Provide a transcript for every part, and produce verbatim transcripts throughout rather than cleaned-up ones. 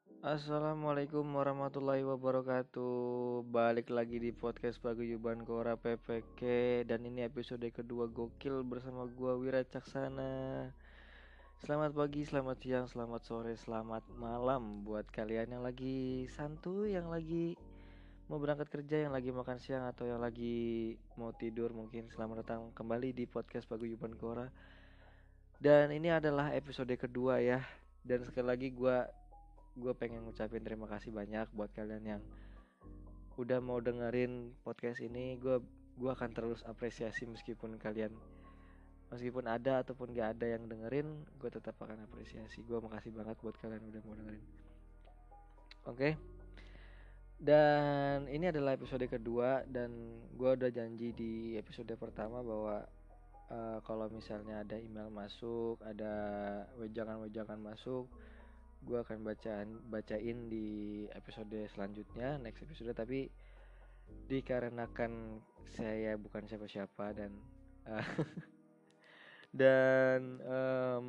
Assalamualaikum warahmatullahi wabarakatuh. Balik lagi di podcast Paguyuban Kora P P K. Dan ini episode kedua gokil bersama gua Wira Caksana. Selamat pagi, selamat siang, selamat sore, selamat malam buat kalian yang lagi santuy, yang lagi mau berangkat kerja, yang lagi makan siang, atau yang lagi mau tidur mungkin. Selamat datang kembali di podcast Paguyuban Kora. Dan ini adalah episode kedua ya. Dan sekali lagi gua gue pengen ngucapin terima kasih banyak buat kalian yang udah mau dengerin podcast ini. Gue gue akan terus apresiasi meskipun kalian meskipun ada ataupun gak ada yang dengerin, gue tetap akan apresiasi. Gue makasih banget buat kalian udah mau dengerin. Oke, okay? Dan ini adalah episode kedua, dan gue udah janji di episode pertama bahwa uh, kalau misalnya ada email masuk, ada wejangan-wejangan masuk, gue akan bacaan bacain di episode selanjutnya, next episode. Tapi dikarenakan saya bukan siapa-siapa dan uh, dan um,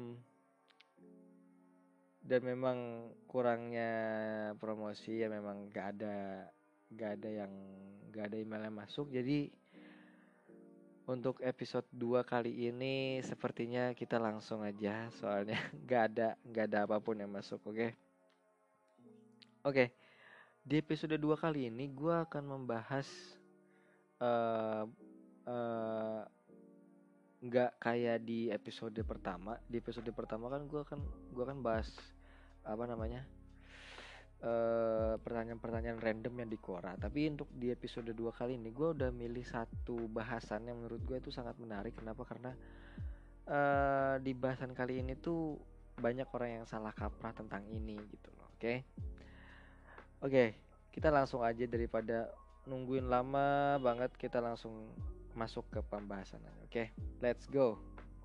dan memang kurangnya promosi ya, memang gak ada gak ada yang gak ada email yang masuk. Jadi untuk episode dua kali ini sepertinya kita langsung aja, soalnya gak ada gak ada apapun yang masuk. Oke, okay? Oke, okay. Di episode dua kali ini gue akan membahas uh, uh, nggak kayak di episode pertama. Di episode pertama kan gue kan gue kan bahas apa namanya uh, pertanyaan-pertanyaan random yang di Quora. Tapi untuk di episode dua kali ini gue udah milih satu bahasan yang menurut gue itu sangat menarik. Kenapa? Karena uh, di bahasan kali ini tuh banyak orang yang salah kaprah tentang ini gitu loh. Oke, okay? Oke, okay, kita langsung aja daripada nungguin lama banget, kita langsung masuk ke pembahasan. Oke, okay, let's go.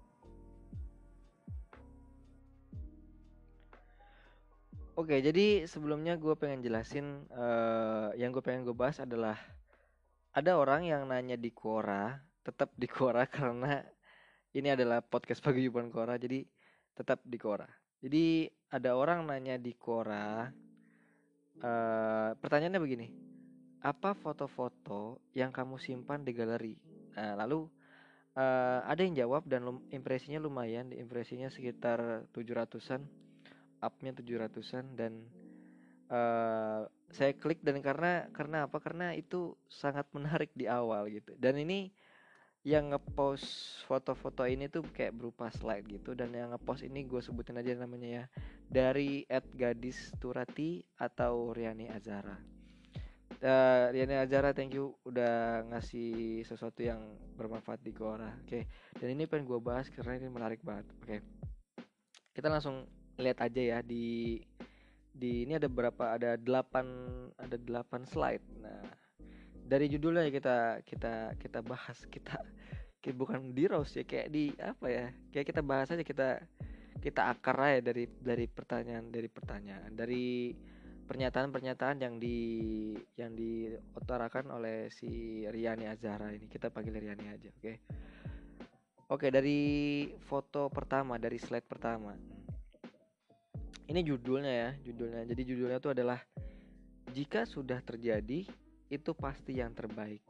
Oke, okay, jadi sebelumnya gue pengen jelasin uh, yang gue pengen gue bahas adalah ada orang yang nanya di Quora, tetap di Quora karena ini adalah podcast Paguyuban Quora, jadi tetap di Quora. Jadi ada orang nanya di Quora, uh, pertanyaannya begini. Apa foto-foto yang kamu simpan di galeri? Nah, lalu uh, ada yang jawab dan lum- impresinya lumayan, impresinya sekitar tujuh ratusan, up-nya tujuh ratusan. Dan uh, saya klik, dan karena karena apa? Karena itu sangat menarik di awal gitu. Dan ini yang ngepost foto-foto ini tuh kayak berupa slide gitu, dan yang ngepost ini gue sebutin aja namanya ya, dari at gadis turati atau Riani Azara. Uh, Riana Azara, thank you udah ngasih sesuatu yang bermanfaat di Quora. Oke, okay. Dan ini pengen gue bahas karena ini menarik banget. Oke, okay. Kita langsung lihat aja ya di di ini ada berapa? Ada delapan ada delapan slide. Nah, dari judulnya ya kita kita kita bahas, kita, kita bukan di roast ya, kayak di apa ya? Kayak kita bahas aja, kita kita akar aja dari dari pertanyaan dari pertanyaan dari pernyataan-pernyataan yang di yang diutarakan oleh si Riani Azhara ini. Kita panggil Riani aja, oke. Okay? Oke, okay, dari foto pertama, dari slide pertama. Ini judulnya ya, judulnya. Jadi judulnya itu adalah jika sudah terjadi itu pasti yang terbaik.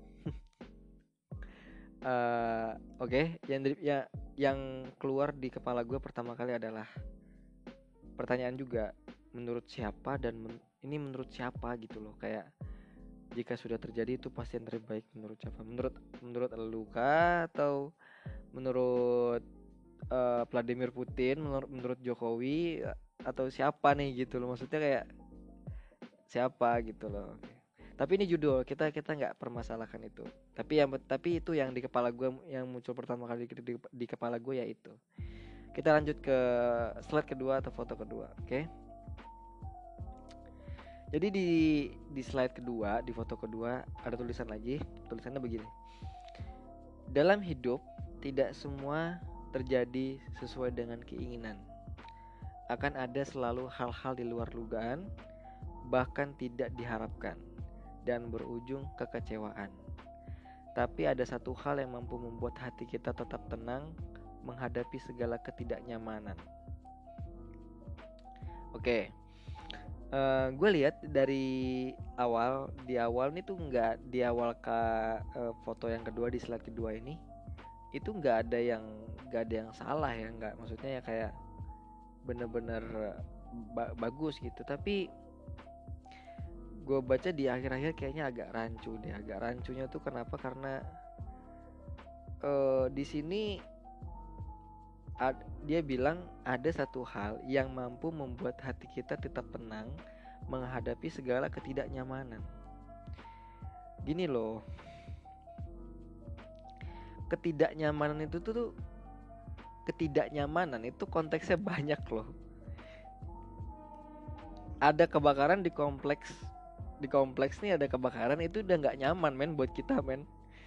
uh, oke, okay. yang ya yang keluar di kepala gue pertama kali adalah pertanyaan juga, menurut siapa, dan men- ini menurut siapa gitu loh. Kayak jika sudah terjadi itu pasti yang terbaik menurut siapa? Menurut menurut elu kah, atau menurut uh, Vladimir Putin, menurut menurut Jokowi, atau siapa nih gitu loh? Maksudnya kayak siapa gitu loh. Tapi ini judul, kita kita nggak permasalahkan itu. Tapi yang tapi itu yang di kepala gue, yang muncul pertama kali di, di, di kepala gue ya itu. Kita lanjut ke slide kedua atau foto kedua, oke? Okay? Jadi di di slide kedua, di foto kedua ada tulisan lagi. Tulisannya begini. Dalam hidup tidak semua terjadi sesuai dengan keinginan. Akan ada selalu hal-hal di luar dugaan, bahkan tidak diharapkan, dan berujung kekecewaan. Tapi ada satu hal yang mampu membuat hati kita tetap tenang menghadapi segala ketidaknyamanan. Oke. Uh, gue lihat dari awal di awal nih tuh nggak di awal ke uh, foto yang kedua di slide kedua ini itu nggak ada yang nggak ada yang salah ya, nggak maksudnya ya kayak bener-bener ba- bagus gitu, tapi gue baca di akhir-akhir kayaknya agak rancu deh. Agak rancunya tuh kenapa, karena uh, di sini ad, dia bilang ada satu hal yang mampu membuat hati kita tetap tenang menghadapi segala ketidaknyamanan. Gini loh, ketidaknyamanan itu tuh ketidaknyamanan itu konteksnya banyak loh. Ada kebakaran di kompleks, di kompleks nih ada kebakaran, itu udah nggak nyaman men buat kita men.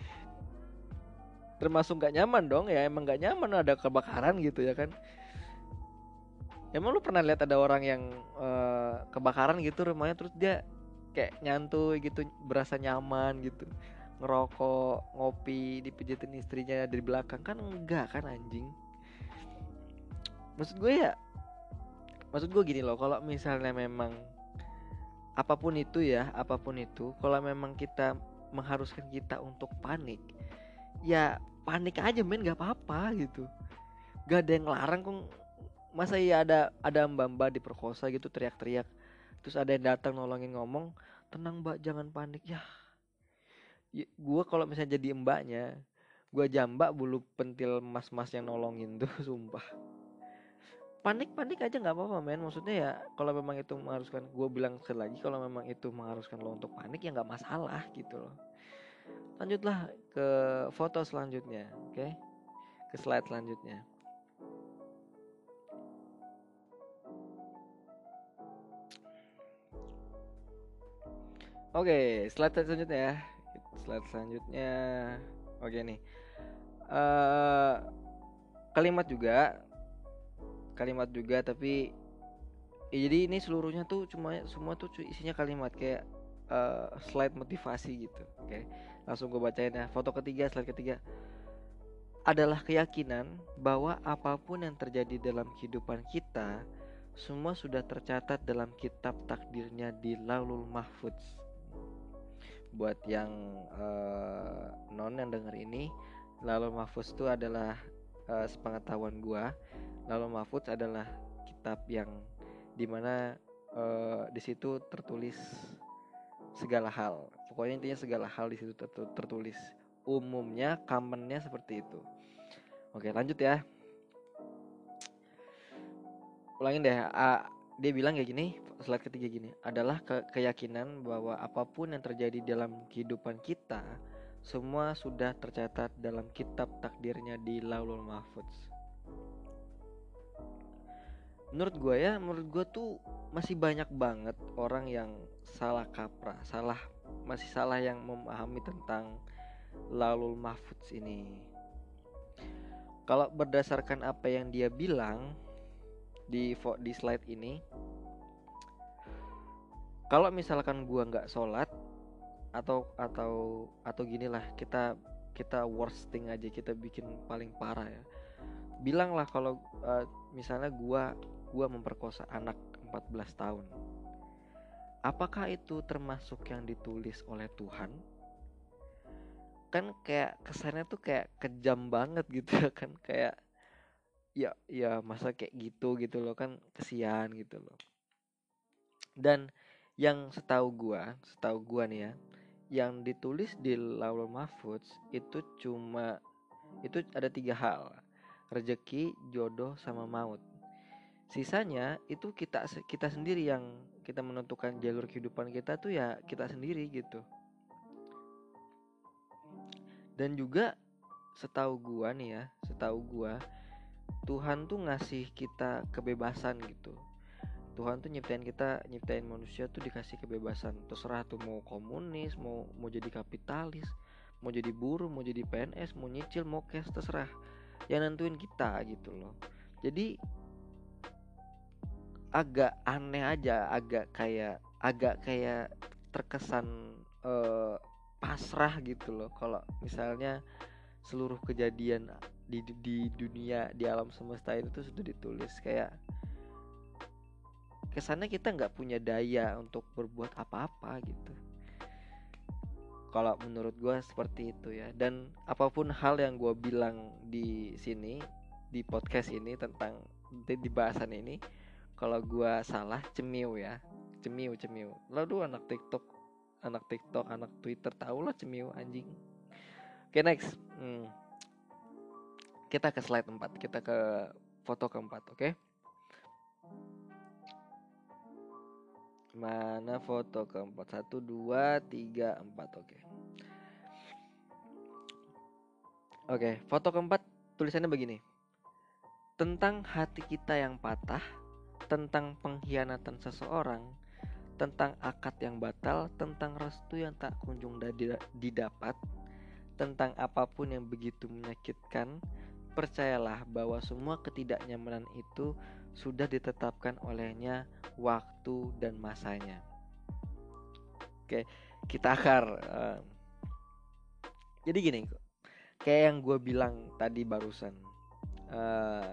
Termasuk nggak nyaman dong ya, emang nggak nyaman ada kebakaran gitu ya kan. Emang lu pernah lihat ada orang yang uh, kebakaran gitu rumahnya terus dia kayak nyantuy gitu, berasa nyaman gitu, ngerokok, ngopi, dipijitin istrinya dari belakang? Kan enggak kan anjing. Maksud gue ya, maksud gue gini loh, kalau misalnya memang apapun itu ya, apapun itu, kalau memang kita mengharuskan kita untuk panik, ya panik aja men, gak apa-apa gitu. Gak ada yang larang kok. Masa iya ada ada mbak-mbak diperkosa gitu teriak-teriak, terus ada yang datang nolongin ngomong, tenang mbak jangan panik ya. Ya, gue kalau misalnya jadi mbaknya, gue jambak bulu pentil mas-mas yang nolongin tuh sumpah. Panik-panik aja nggak apa-apa men, maksudnya ya kalau memang itu mengharuskan, gue bilang sekali lagi, kalau memang itu mengharuskan lo untuk panik ya nggak masalah gitu loh. Lanjutlah ke foto selanjutnya, oke, okay? Ke slide selanjutnya. Oke, okay, slide selanjutnya ya. Slide selanjutnya. Oke okay, nih. Uh, kalimat juga, kalimat juga tapi ya, jadi ini seluruhnya tuh cuma semua tuh isinya kalimat kayak uh, slide motivasi gitu. Oke, okay? Langsung gue bacain ya. Foto ketiga, slide ketiga adalah keyakinan bahwa apapun yang terjadi dalam kehidupan kita semua sudah tercatat dalam kitab takdirnya di Laulul Mahfudz. Buat yang uh, non yang denger ini, Laulul Mahfudz itu adalah uh, sepengetahuan gua, Laulul Mahfudz adalah kitab yang dimana uh, di situ tertulis segala hal. Pokoknya intinya segala hal di situ tertulis. Umumnya, commonnya seperti itu. Oke, lanjut ya. Ulangin deh. A, dia bilang kayak gini, slide ketiga gini, adalah ke keyakinan bahwa apapun yang terjadi dalam kehidupan kita semua sudah tercatat dalam kitab takdirnya di Laulul Mahfudz. Menurut gue ya, menurut gue tuh masih banyak banget orang yang salah kaprah, salah masih salah yang memahami tentang Laulul Mahfudz ini. Kalau berdasarkan apa yang dia bilang di di slide ini, kalau misalkan gua nggak sholat atau atau atau gini lah, kita kita worsting aja, kita bikin paling parah ya. Bilanglah kalau uh, misalnya gua gua memperkosa anak empat belas tahun. Apakah itu termasuk yang ditulis oleh Tuhan? Kan kayak kesannya tuh kayak kejam banget gitu ya kan, kayak ya ya masa kayak gitu gitu loh kan, kesian gitu loh. Dan yang setahu gua, setahu gua nih ya, yang ditulis di Laulul Mahfudz itu cuma itu ada tiga hal: rezeki, jodoh, sama maut. Sisanya itu kita kita sendiri yang kita menentukan jalur kehidupan kita tuh ya kita sendiri gitu. Dan juga setahu gua nih ya, setahu gua Tuhan tuh ngasih kita kebebasan gitu. Tuhan tuh nyiptain kita, nyiptain manusia tuh dikasih kebebasan. Terserah tuh mau komunis, mau mau jadi kapitalis, mau jadi buruh, mau jadi P N S, mau nyicil, mau cash, terserah. Yang nentuin kita gitu loh. Jadi agak aneh aja, agak kayak agak kayak terkesan uh, pasrah gitu loh kalau misalnya seluruh kejadian di di dunia, di alam semesta itu tuh sudah ditulis. Kayak kesannya kita nggak punya daya untuk berbuat apa-apa gitu. Kalau menurut gue seperti itu ya. Dan apapun hal yang gue bilang di sini, di podcast ini tentang di, di bahasan ini, kalau gue salah, cemiu ya, cemiu cemiu. Lalu anak TikTok, anak TikTok, anak Twitter tahu lah cemiu anjing. Oke, next. Hmm. Kita ke slide empat, kita ke foto keempat, oke? Mana foto keempat? Satu, dua, tiga, empat, oke. Oke, foto keempat tulisannya begini. Tentang hati kita yang patah, tentang pengkhianatan seseorang, tentang akad yang batal, tentang restu yang tak kunjung didapat, tentang apapun yang begitu menyakitkan, percayalah bahwa semua ketidaknyamanan itu sudah ditetapkan olehnya waktu dan masanya. Oke, kita akar. Uh, jadi gini, kayak yang gue bilang tadi barusan. Uh,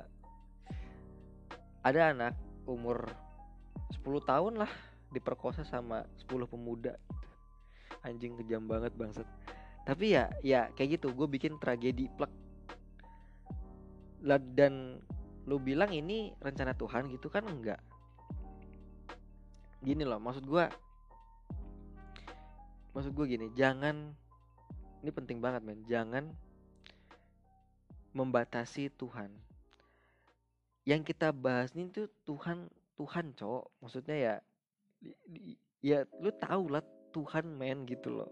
ada anak umur sepuluh tahun lah diperkosa sama sepuluh pemuda. Anjing kejam banget bangsat. Tapi ya, ya kayak gitu. Gue bikin tragedi plek. Dan lu bilang ini rencana Tuhan gitu kan? Enggak. Gini loh, maksud gue Maksud gue gini, jangan, ini penting banget men, jangan membatasi Tuhan. Yang kita bahas ini tuh Tuhan, Tuhan cowok. Maksudnya ya, ya lu tahu lah Tuhan men gitu loh.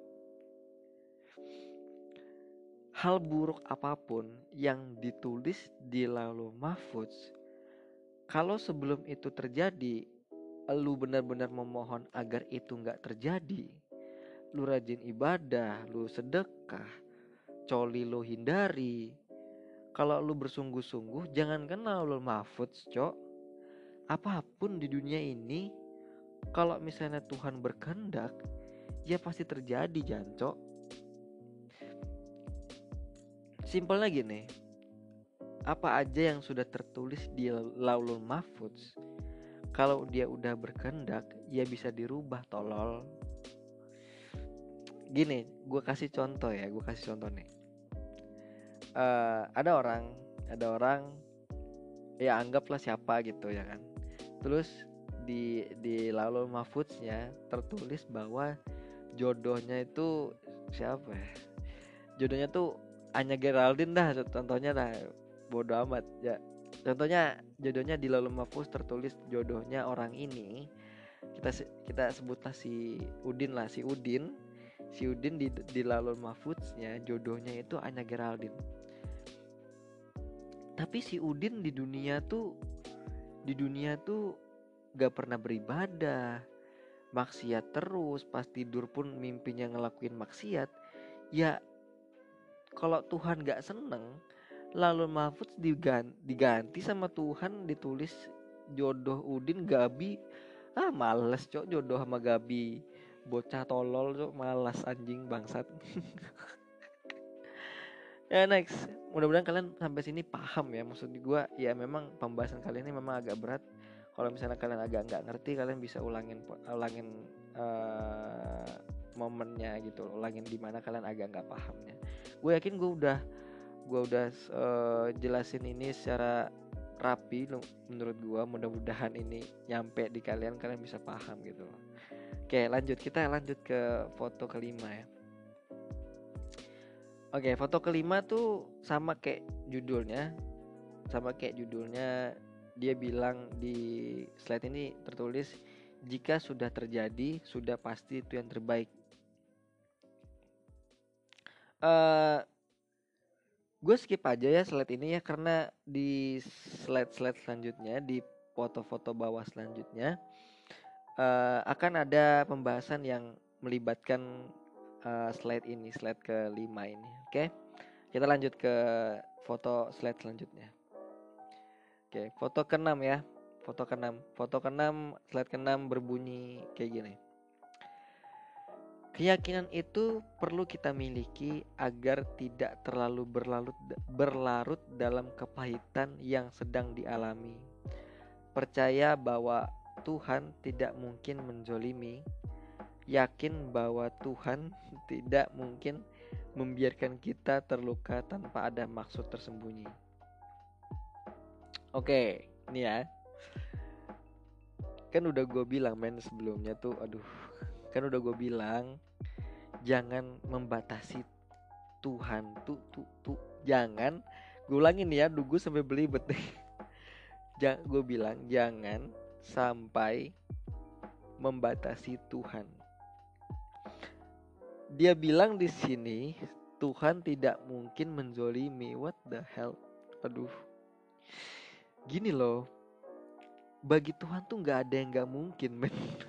Hal buruk apapun yang ditulis di Lauhul Mahfuz, kalau sebelum itu terjadi, lu benar-benar memohon agar itu gak terjadi, lu rajin ibadah, lu sedekah, coli lu hindari. Kalau lu bersungguh-sungguh, jangankan Lauhul Mahfuz, cok, apapun di dunia ini, kalau misalnya Tuhan berkehendak, ya pasti terjadi, jancok. Simpelnya gini, apa aja yang sudah tertulis di Lauhul Mahfuz, kalau dia udah berkehendak, ya bisa dirubah, tolol. Gini, gue kasih contoh ya, gue kasih contoh nih. Uh, ada orang, ada orang, ya anggaplah siapa gitu ya kan. Terus di di Lauhul Mahfuznya tertulis bahwa jodohnya itu siapa ya? Jodohnya tuh Anya Geraldine dah, contohnya dah, bodo amat ya. Contohnya jodohnya di Lauhul Mahfuz tertulis jodohnya orang ini, kita kita sebutlah si Udin lah, si Udin, si Udin di di Lauhul Mahfuznya jodohnya itu Anya Geraldine. Tapi si Udin di dunia tuh di dunia tuh gak pernah beribadah, maksiat terus, pas tidur pun mimpinya ngelakuin maksiat. Ya kalau Tuhan gak seneng, Lauhul Mahfuz diganti, diganti sama Tuhan, ditulis jodoh Udin Gabi. Ah males cok, jodoh sama Gabi, bocah tolol cok, malas anjing bangsat. Ya next, mudah-mudahan kalian sampai sini paham ya. Maksud gue ya memang pembahasan kali ini memang agak berat. Kalau misalnya kalian agak nggak ngerti, kalian bisa ulangin ulangin uh, momennya gitu, ulangin di mana kalian agak nggak pahamnya. Gue yakin gue udah gue udah uh, jelasin ini secara rapi menurut gue. Mudah-mudahan ini nyampe di kalian, kalian bisa paham gitu. Oke, lanjut, kita lanjut ke foto kelima ya. Oke, foto kelima tuh sama kayak judulnya, sama kayak judulnya. Dia bilang di slide ini tertulis, jika sudah terjadi, sudah pasti itu yang terbaik. Uh, gue skip aja ya slide ini ya, karena di slide-slide selanjutnya, di foto-foto bawah selanjutnya, uh, akan ada pembahasan yang melibatkan uh, slide ini, slide kelima ini. Oke, kita lanjut ke foto slide selanjutnya. Oke, foto keenam ya. Foto keenam. Foto keenam, slide keenam berbunyi kayak gini. Keyakinan itu perlu kita miliki agar tidak terlalu berlarut berlarut dalam kepahitan yang sedang dialami. Percaya bahwa Tuhan tidak mungkin menzolimi, yakin bahwa Tuhan tidak mungkin membiarkan kita terluka tanpa ada maksud tersembunyi. Oke, ini ya. Kan udah gue bilang men sebelumnya tuh, aduh, kan udah gue bilang jangan membatasi Tuhan tuh tuh tuh jangan. Gue ulangin ya, aduh gue sampai belibet deh. Jangan, gue bilang jangan sampai membatasi Tuhan. Dia bilang di sini Tuhan tidak mungkin menzolimi. What the hell? Aduh. Gini loh, bagi Tuhan tuh nggak ada yang nggak mungkin, men.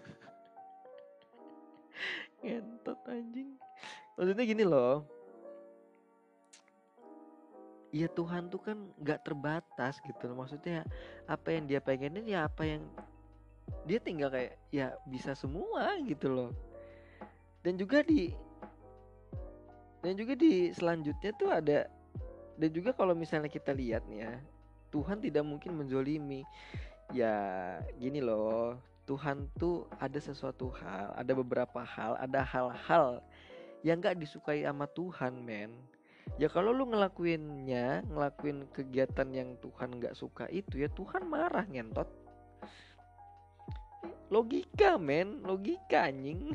Ngentot anjing. Maksudnya gini loh, ya Tuhan tuh kan nggak terbatas gitu loh. Maksudnya apa yang dia pengenin ya apa yang dia tinggal kayak ya bisa semua gitu loh. Dan juga di dan juga di selanjutnya tuh ada, dan juga kalau misalnya kita lihat nih ya, Tuhan tidak mungkin menzolimi. Ya gini loh, Tuhan tuh ada sesuatu hal, ada beberapa hal, ada hal-hal yang gak disukai sama Tuhan, men. Ya kalau lu ngelakuinnya, ngelakuin kegiatan yang Tuhan gak suka itu, ya Tuhan marah, ngentot. Logika, men, logika anjing.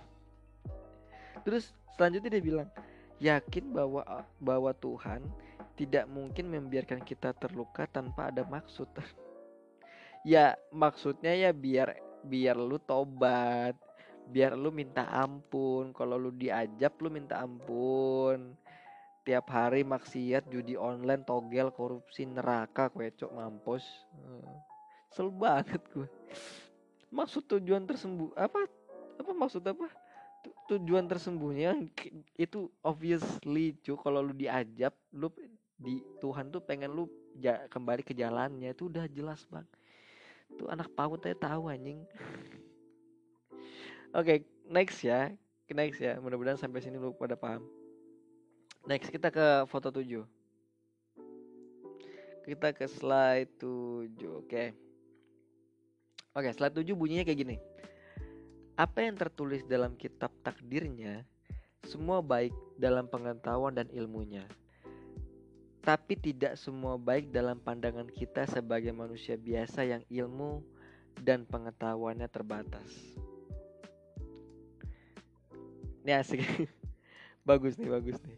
Terus selanjutnya dia bilang, yakin bahwa bahwa Tuhan tidak mungkin membiarkan kita terluka tanpa ada maksud. Ya maksudnya ya biar biar lu tobat, biar lu minta ampun. Kalau lu diajab lu minta ampun. Tiap hari maksiat, judi online, togel, korupsi, neraka, kwecok, mampus. Sel banget gue. Maksud tujuan tersembunyi apa? Apa maksud apa? Tujuan tersembunyi itu obviously cu, kalau lu diajab, lu di Tuhan tuh pengen lu ja, kembali ke jalannya, itu udah jelas bang. Tuh anak paut aja tahu anjing. Oke, okay, next ya. Next ya. Mudah-mudahan sampai sini lu pada paham. Next kita ke foto tujuh. Kita ke slide tujuh. Oke. Okay. Oke, okay, slide tujuh bunyinya kayak gini. Apa yang tertulis dalam kitab takdirnya semua baik dalam pengetahuan dan ilmunya, tapi tidak semua baik dalam pandangan kita sebagai manusia biasa yang ilmu dan pengetahuannya terbatas. Ini asik. Bagus nih, bagus nih.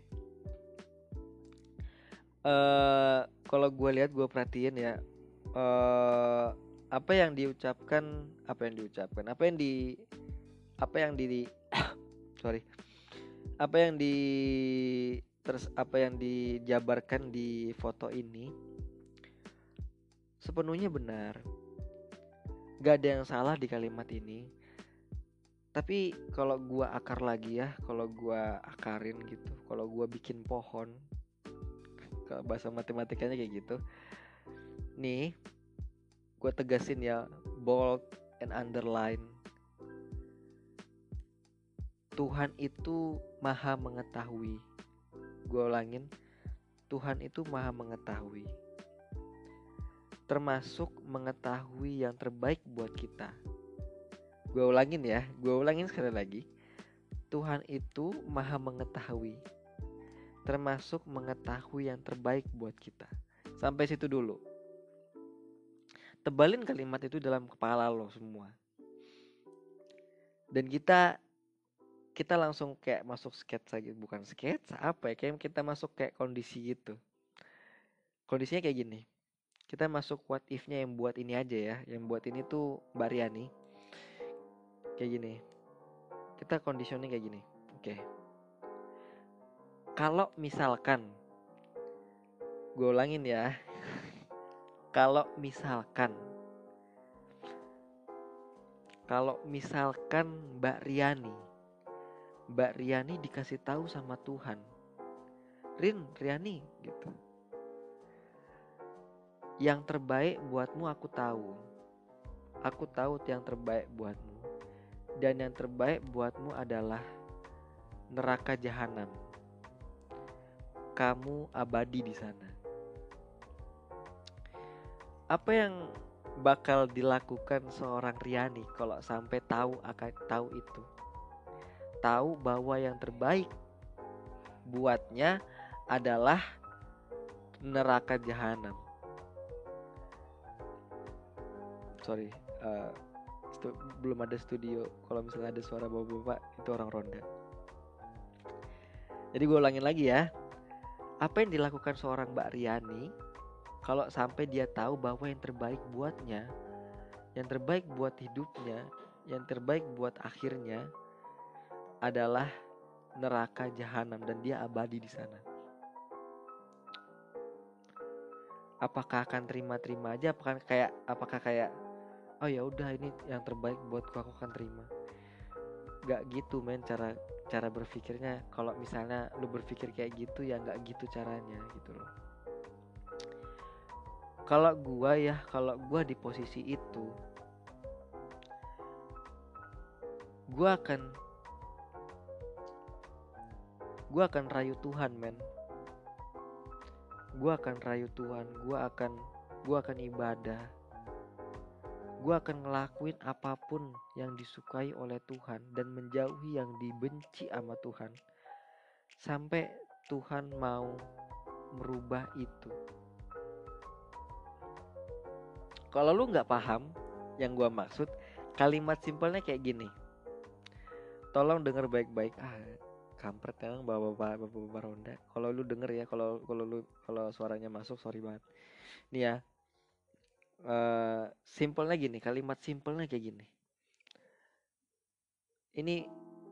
Uh, kalau gue lihat, gue perhatiin ya, uh, apa yang diucapkan, apa yang diucapkan, apa yang di, apa yang di, sorry, apa yang di, terus apa yang dijabarkan di foto ini sepenuhnya benar. Gak ada yang salah di kalimat ini. Tapi kalau gua akar lagi ya, kalau gua akarin gitu, kalau gua bikin pohon, kalau bahasa matematikanya kayak gitu. Nih, gua tegasin ya, bold and underline. Tuhan itu maha mengetahui. Gua ulangin, Tuhan itu maha mengetahui, termasuk mengetahui yang terbaik buat kita. Gue ulangin ya, gue ulangin sekali lagi. Tuhan itu maha mengetahui, termasuk mengetahui yang terbaik buat kita. Sampai situ dulu. Tebalin kalimat itu dalam kepala lo semua. Dan kita kita langsung kayak masuk sketsa gitu, bukan sketsa apa ya, kayak kita masuk kayak kondisi gitu. Kondisinya kayak gini. Kita masuk what if-nya yang buat ini aja ya, yang buat ini tuh Mbak Riani. Kayak gini. Kita conditioning kayak gini. Oke. Okay. Kalau misalkan, gue ulangin ya. Kalau misalkan, kalau misalkan Mbak Riani, Mbak Riani dikasih tahu sama Tuhan, Rin, Riani, gitu. Yang terbaik buatmu aku tahu. Aku tahu yang terbaik buatmu. Dan yang terbaik buatmu adalah neraka jahanam. Kamu abadi di sana. Apa yang bakal dilakukan seorang Riani kalau sampai tahu akan tahu itu. Tahu bahwa yang terbaik buatnya adalah neraka jahanam. Sorry, uh, stu- belum ada studio. Kalau misalnya ada suara bapak-bapak, itu orang ronda. Jadi gue ulangin lagi ya. Apa yang dilakukan seorang Mbak Riani kalau sampai dia tahu bahwa yang terbaik buatnya, yang terbaik buat hidupnya, yang terbaik buat akhirnya adalah neraka jahanam dan dia abadi di sana. Apakah akan terima-terima aja? Apakah kayak apakah kayak oh ya udah ini yang terbaik buatku, aku akan terima? Gak gitu men cara cara berpikirnya. Kalau misalnya lu berpikir kayak gitu ya gak gitu caranya gitu loh. Kalau gua ya, kalau gua di posisi itu, gua akan gua akan rayu Tuhan men. Gua akan rayu Tuhan, gua akan gua akan ibadah. Gue akan ngelakuin apapun yang disukai oleh Tuhan dan menjauhi yang dibenci sama Tuhan sampai Tuhan mau merubah itu. Kalau lu nggak paham yang gue maksud, kalimat simpelnya kayak gini. Tolong denger baik-baik. Ah, kampret emang bapak-bapak bapak-bapak ronda. Kalau lu denger ya, kalau kalau lu kalau suaranya masuk, sorry banget. Nih ya. Uh, simpelnya gini, kalimat simpelnya kayak gini. Ini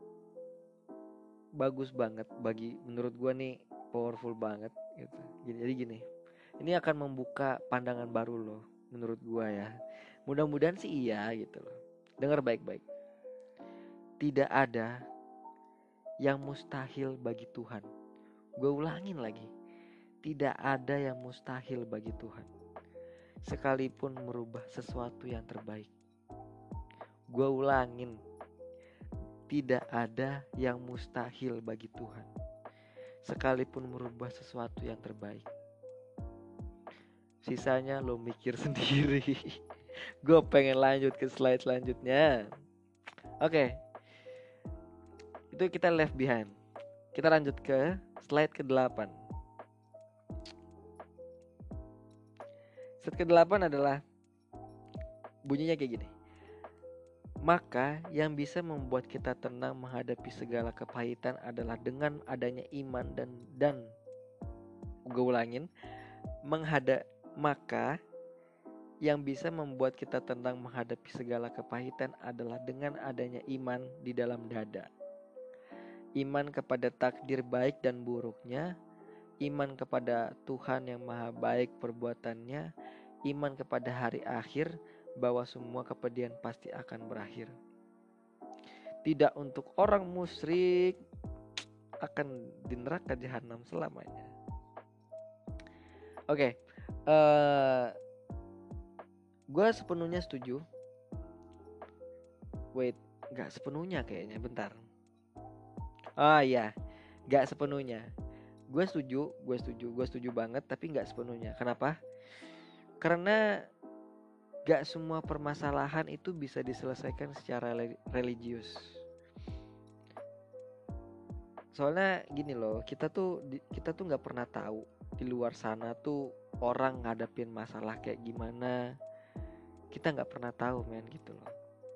bagus banget bagi menurut gue nih, powerful banget gitu. Gini, jadi gini, ini akan membuka pandangan baru loh menurut gue ya. Mudah-mudahan sih iya gitu loh. Dengar baik-baik. Tidak ada yang mustahil bagi Tuhan. Gue ulangin lagi. Tidak ada yang mustahil bagi Tuhan. Sekalipun merubah sesuatu yang terbaik. Gue ulangin. Tidak ada yang mustahil bagi Tuhan. Sekalipun merubah sesuatu yang terbaik. Sisanya lo mikir sendiri. Gue pengen lanjut ke slide selanjutnya. Oke, okay. Itu kita left behind. Kita lanjut ke slide ke delapan. Slide ke delapan adalah bunyinya kayak gini. Maka yang bisa membuat kita tenang menghadapi segala kepahitan adalah dengan adanya iman dan dan gue ulangin, menghadap maka yang bisa membuat kita tenang menghadapi segala kepahitan adalah dengan adanya iman di dalam dada. Iman kepada takdir baik dan buruknya, iman kepada Tuhan yang maha baik perbuatannya, iman kepada hari akhir, bahwa semua kepedihan pasti akan berakhir. Tidak untuk orang musyrik akan di neraka jahanam selamanya. Oke, okay. uh, gue sepenuhnya setuju. Wait, gak sepenuhnya kayaknya, bentar. Ah iya, gak sepenuhnya. Gue setuju, gue setuju, gue setuju banget, tapi gak sepenuhnya. Kenapa? Karena gak semua permasalahan itu bisa diselesaikan secara religius. Soalnya gini loh, kita tuh kita tuh gak pernah tahu di luar sana tuh orang ngadepin masalah kayak gimana. Kita gak pernah tahu men gitu loh.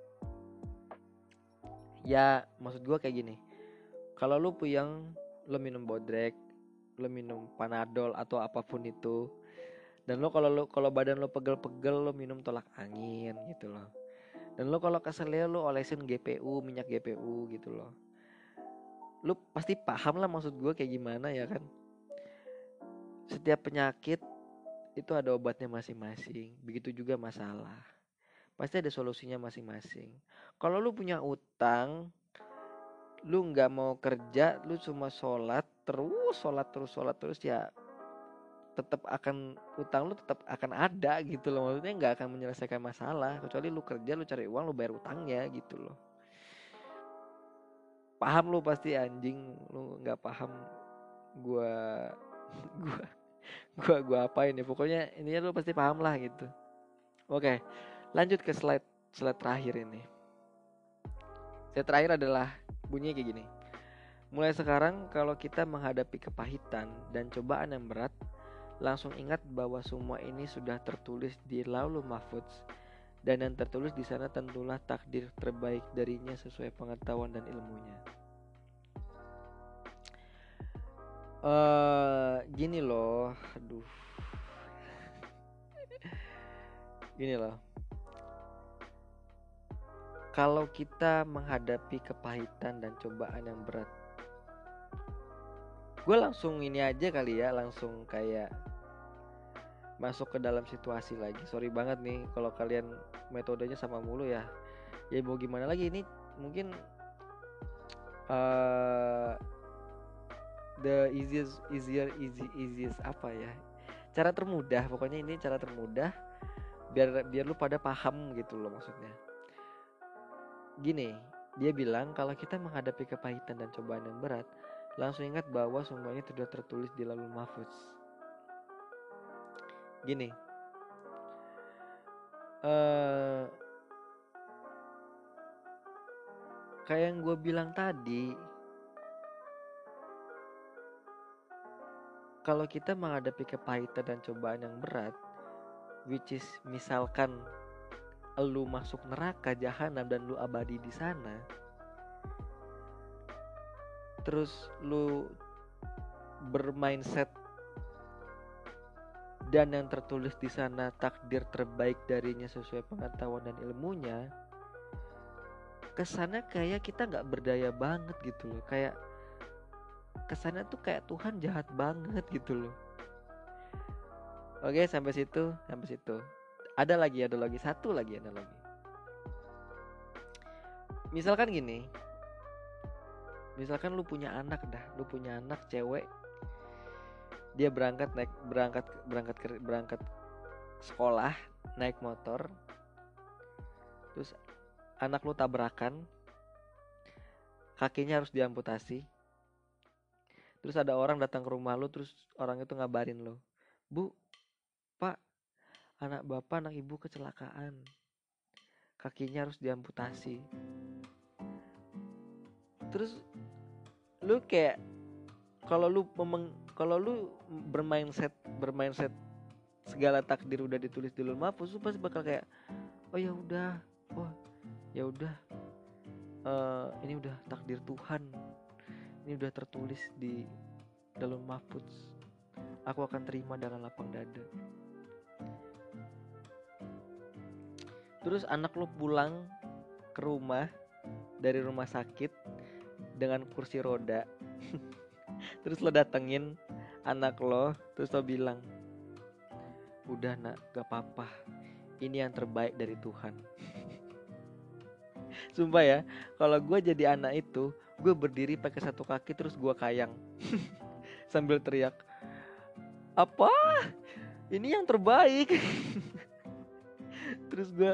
Ya maksud gue kayak gini, kalau lu puyeng, lu minum bodrek, lu minum panadol atau apapun itu, dan lo kalau lo kalau badan lo pegel-pegel, lo minum tolak angin gitu loh. Dan lo kalau kesel ya lo olesin G P U, minyak G P U gitu loh. Lo pasti paham lah maksud gue kayak gimana ya kan. Setiap penyakit itu ada obatnya masing-masing. Begitu juga masalah, pasti ada solusinya masing-masing. Kalau lo punya utang, lu nggak mau kerja, lu cuma sholat terus, sholat terus, sholat terus ya tetap akan utang lu tetap akan ada gitu loh. Maksudnya nggak akan menyelesaikan masalah kecuali lu kerja, lu cari uang, lu bayar utangnya gitu loh. Paham lu pasti anjing, lu nggak paham gua gua gua gua apain ya, pokoknya intinya lu pasti paham lah gitu. Oke, lanjut ke slide slide terakhir ini. Slide terakhir adalah bunyinya kayak gini. Mulai sekarang kalau kita menghadapi kepahitan dan cobaan yang berat, langsung ingat bahwa semua ini sudah tertulis di Lauhul Mahfuz, dan yang tertulis di sana tentulah takdir terbaik darinya sesuai pengetahuan dan ilmunya. Eh, gini loh, aduh, gini loh. Kalau kita menghadapi kepahitan dan cobaan yang berat, gue langsung ini aja kali ya, langsung kayak masuk ke dalam situasi lagi. Sorry banget nih kalau kalian metodenya sama mulu ya. Ya mau gimana lagi, ini mungkin uh, the easiest easier easy easiest apa ya? Cara termudah, pokoknya ini cara termudah biar biar lu pada paham gitu loh maksudnya. Gini, dia bilang kalau kita menghadapi kepahitan dan cobaan yang berat, langsung ingat bahwa semuanya sudah tertulis di Lauhul Mahfuz. Gini, uh, kayak yang gue bilang tadi, kalau kita menghadapi kepahitan dan cobaan yang berat, which is misalkan lu masuk neraka jahanam dan lu abadi di sana, terus lu bermindset dan yang tertulis di sana takdir terbaik darinya sesuai pengetahuan dan ilmunya, kesannya kayak kita nggak berdaya banget gitu loh, kayak kesannya tuh kayak Tuhan jahat banget gitu loh. Oke, sampai situ, sampai situ. Ada lagi, ada lagi, satu lagi, ada lagi. Misalkan gini, misalkan lu punya anak dah, lu punya anak cewek, dia berangkat naik berangkat berangkat berangkat sekolah naik motor, terus anak lu tabrakan, kakinya harus diamputasi. Terus ada orang datang ke rumah lu, terus orang itu ngabarin lu, Bu, Pak, anak bapak, anak ibu kecelakaan, kakinya harus diamputasi. Terus lu kayak kalau lu memeng, kalau lu bermindset bermindset segala takdir udah ditulis di Lauhul Mahfuz, lu pasti bakal kayak, oh ya udah, oh ya udah, uh, ini udah takdir Tuhan, ini udah tertulis di Lauhul Mahfuz, aku akan terima dengan lapang dada. Terus anak lu pulang ke rumah dari rumah sakit dengan kursi roda. Terus lo datengin anak lo, terus lo bilang, udah nak, gak apa-apa, ini yang terbaik dari Tuhan. Sumpah ya, kalau gue jadi anak itu, gue berdiri pakai satu kaki terus gue kayang sambil teriak, apa? Ini yang terbaik. Terus gue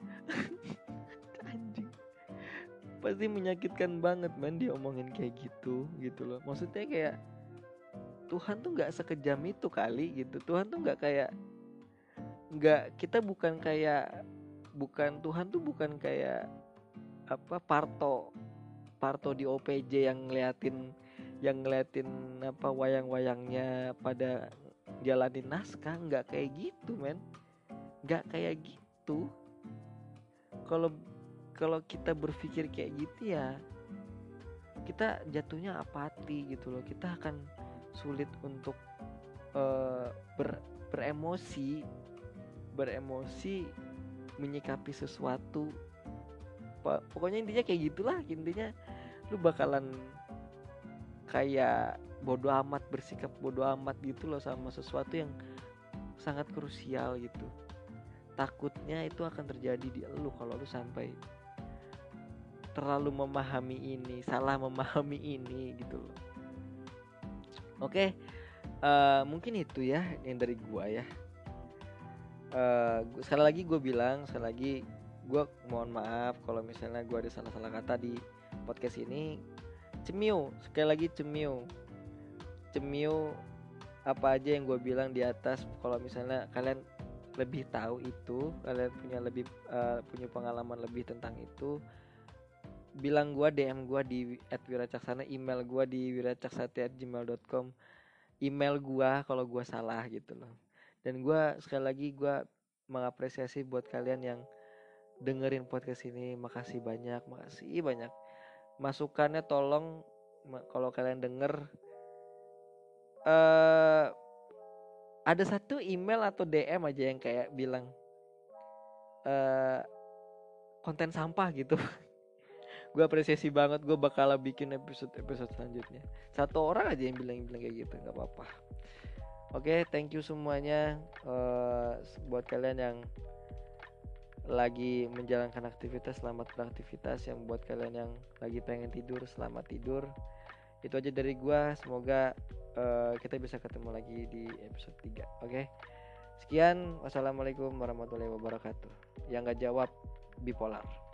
anjing, pasti menyakitkan banget man dia omongin kayak gitu gitu loh. Maksudnya kayak Tuhan tuh nggak sekejam itu kali gitu. Tuhan tuh nggak kayak nggak kita bukan kayak bukan Tuhan tuh bukan kayak apa Parto Parto di O P J yang ngeliatin yang ngeliatin apa wayang-wayangnya pada jalanin naskah. Nggak kayak gitu men, nggak kayak gitu. Kalau kalau kita berpikir kayak gitu ya kita jatuhnya apati gitu loh. Kita akan sulit untuk uh, ber, beremosi beremosi menyikapi sesuatu. Pokoknya intinya kayak gitulah. Intinya lu bakalan kayak bodo amat, bersikap bodo amat gitu loh sama sesuatu yang sangat krusial gitu. Takutnya itu akan terjadi di lu kalau lu sampai terlalu memahami ini, salah memahami ini gitu loh. Oke, uh, mungkin itu ya yang dari gua ya. Uh, sekali lagi gue bilang, sekali lagi gue mohon maaf kalau misalnya gue ada salah-salah kata di podcast ini. Cemiu, sekali lagi cemiu, cemiu apa aja yang gue bilang di atas. Kalau misalnya kalian lebih tahu itu, kalian punya lebih uh, punya pengalaman lebih tentang itu, bilang gua D M gua di at wiracaksana, email gua di wiracaksati at gmail dot com, email gua kalau gua salah gitu loh. Dan gua sekali lagi gua mengapresiasi buat kalian yang dengerin podcast ini, makasih banyak, makasih banyak. Masukannya tolong kalau kalian denger eh uh, ada satu email atau D M aja yang kayak bilang uh, konten sampah gitu. Gue apresiasi banget, gue bakal bikin episode episode selanjutnya. Satu orang aja yang bilang bilang kayak gitu, nggak apa-apa. Oke, okay, thank you semuanya uh, buat kalian yang lagi menjalankan aktivitas, selamat beraktivitas. Yang buat kalian yang lagi pengen tidur, selamat tidur. Itu aja dari gue. Semoga uh, kita bisa ketemu lagi di episode tiga. Oke. Okay? Sekian, wassalamualaikum warahmatullahi wabarakatuh. Yang gak jawab bipolar.